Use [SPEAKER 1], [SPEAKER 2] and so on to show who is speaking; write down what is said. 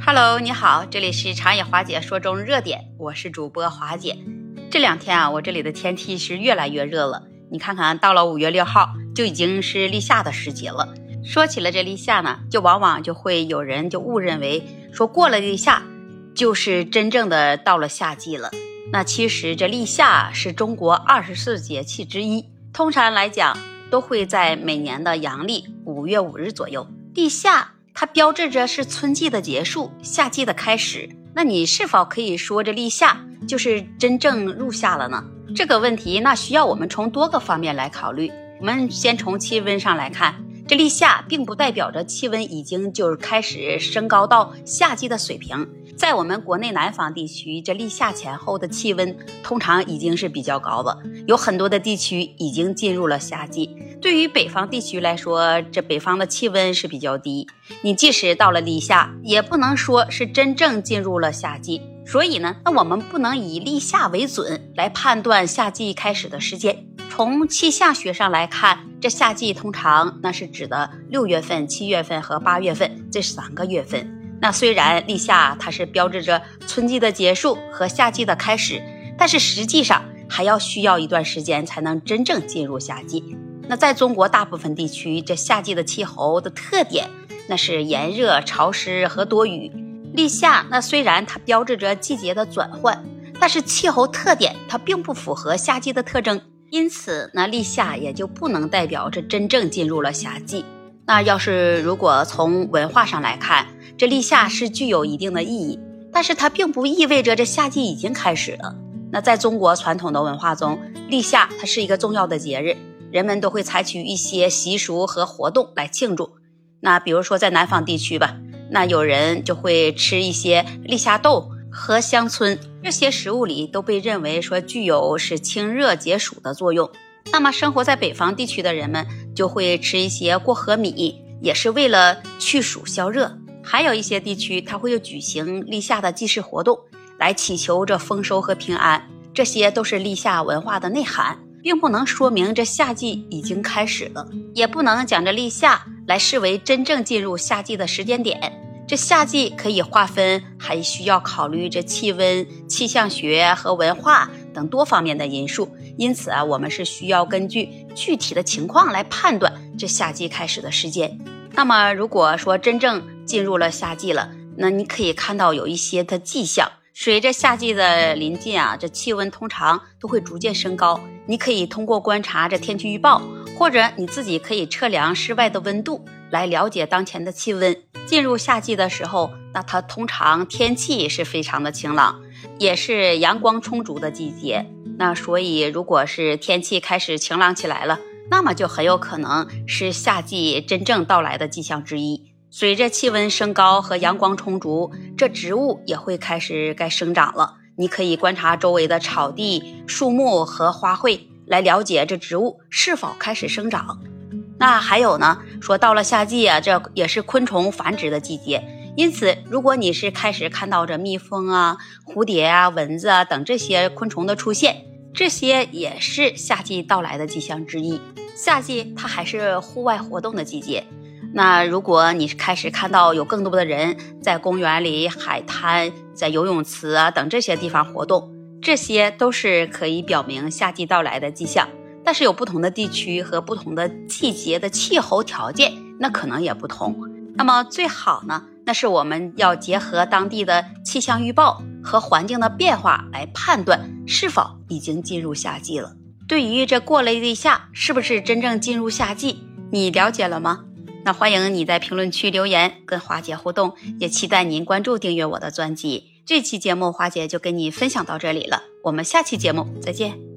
[SPEAKER 1] Hello， 你好，这里是长野华姐说中热点，我是主播华姐。这两天啊，我这里的天气是越来越热了。你看看，到了5月6号就已经是立夏的时节了。说起了这立夏呢，就往往就会有人就误认为说过了立夏就是真正的到了夏季了。那其实这立夏是中国24节气之一，通常来讲都会在每年的阳历5月5日左右。立夏它标志着是春季的结束，夏季的开始。那你是否可以说这立夏就是真正入夏了呢？这个问题那需要我们从多个方面来考虑。我们先从气温上来看，这立夏并不代表着气温已经就是开始升高到夏季的水平。在我们国内南方地区，这立夏前后的气温通常已经是比较高了，有很多的地区已经进入了夏季。对于北方地区来说，这北方的气温是比较低，你即使到了立夏，也不能说是真正进入了夏季。所以呢，那我们不能以立夏为准来判断夏季开始的时间。从气象学上来看，这夏季通常那是指的6月份、7月份和8月份这3个月份。那虽然立夏它是标志着春季的结束和夏季的开始，但是实际上还需要一段时间才能真正进入夏季。那在中国大部分地区，这夏季的气候的特点那是炎热、潮湿和多雨。立夏那虽然它标志着季节的转换，但是气候特点它并不符合夏季的特征，因此那立夏也就不能代表着真正进入了夏季。那如果从文化上来看，这立夏是具有一定的意义，但是它并不意味着这夏季已经开始了。那在中国传统的文化中，立夏它是一个重要的节日，人们都会采取一些习俗和活动来庆祝。那比如说在南方地区吧，那有人就会吃一些立夏豆和香椿，这些食物里都被认为说具有是清热解暑的作用。那么生活在北方地区的人们就会吃一些过河米，也是为了去暑消热。还有一些地区它会举行立夏的祭祀活动，来祈求这丰收和平安。这些都是立夏文化的内涵，并不能说明这夏季已经开始了，也不能将这立夏来视为真正进入夏季的时间点。这夏季可以划分，还需要考虑这气温、气象学和文化等多方面的因素。因此我们是需要根据具体的情况来判断这夏季开始的时间。那么如果说真正进入了夏季了，那你可以看到有一些的迹象。随着夏季的临近这气温通常都会逐渐升高。你可以通过观察这天气预报，或者你自己可以测量室外的温度，来了解当前的气温。进入夏季的时候，那它通常天气是非常的晴朗，也是阳光充足的季节。那所以如果是天气开始晴朗起来了，那么就很有可能是夏季真正到来的迹象之一。随着气温升高和阳光充足，这植物也会开始该生长了。你可以观察周围的草地、树木和花卉，来了解这植物是否开始生长。那还有呢，说到了夏季这也是昆虫繁殖的季节。因此如果你是开始看到这蜜蜂蝴蝶蚊子等这些昆虫的出现，这些也是夏季到来的迹象之一。夏季它还是户外活动的季节。那如果你开始看到有更多的人在公园里、海滩、在游泳池等这些地方活动，这些都是可以表明夏季到来的迹象。但是有不同的地区和不同的季节的气候条件，那可能也不同。那么最好呢，那是我们要结合当地的气象预报和环境的变化来判断是否已经进入夏季了。对于这过了立夏是不是真正进入夏季，你了解了吗？那欢迎你在评论区留言跟华姐互动，也期待您关注订阅我的专辑。这期节目华姐就跟你分享到这里了，我们下期节目再见。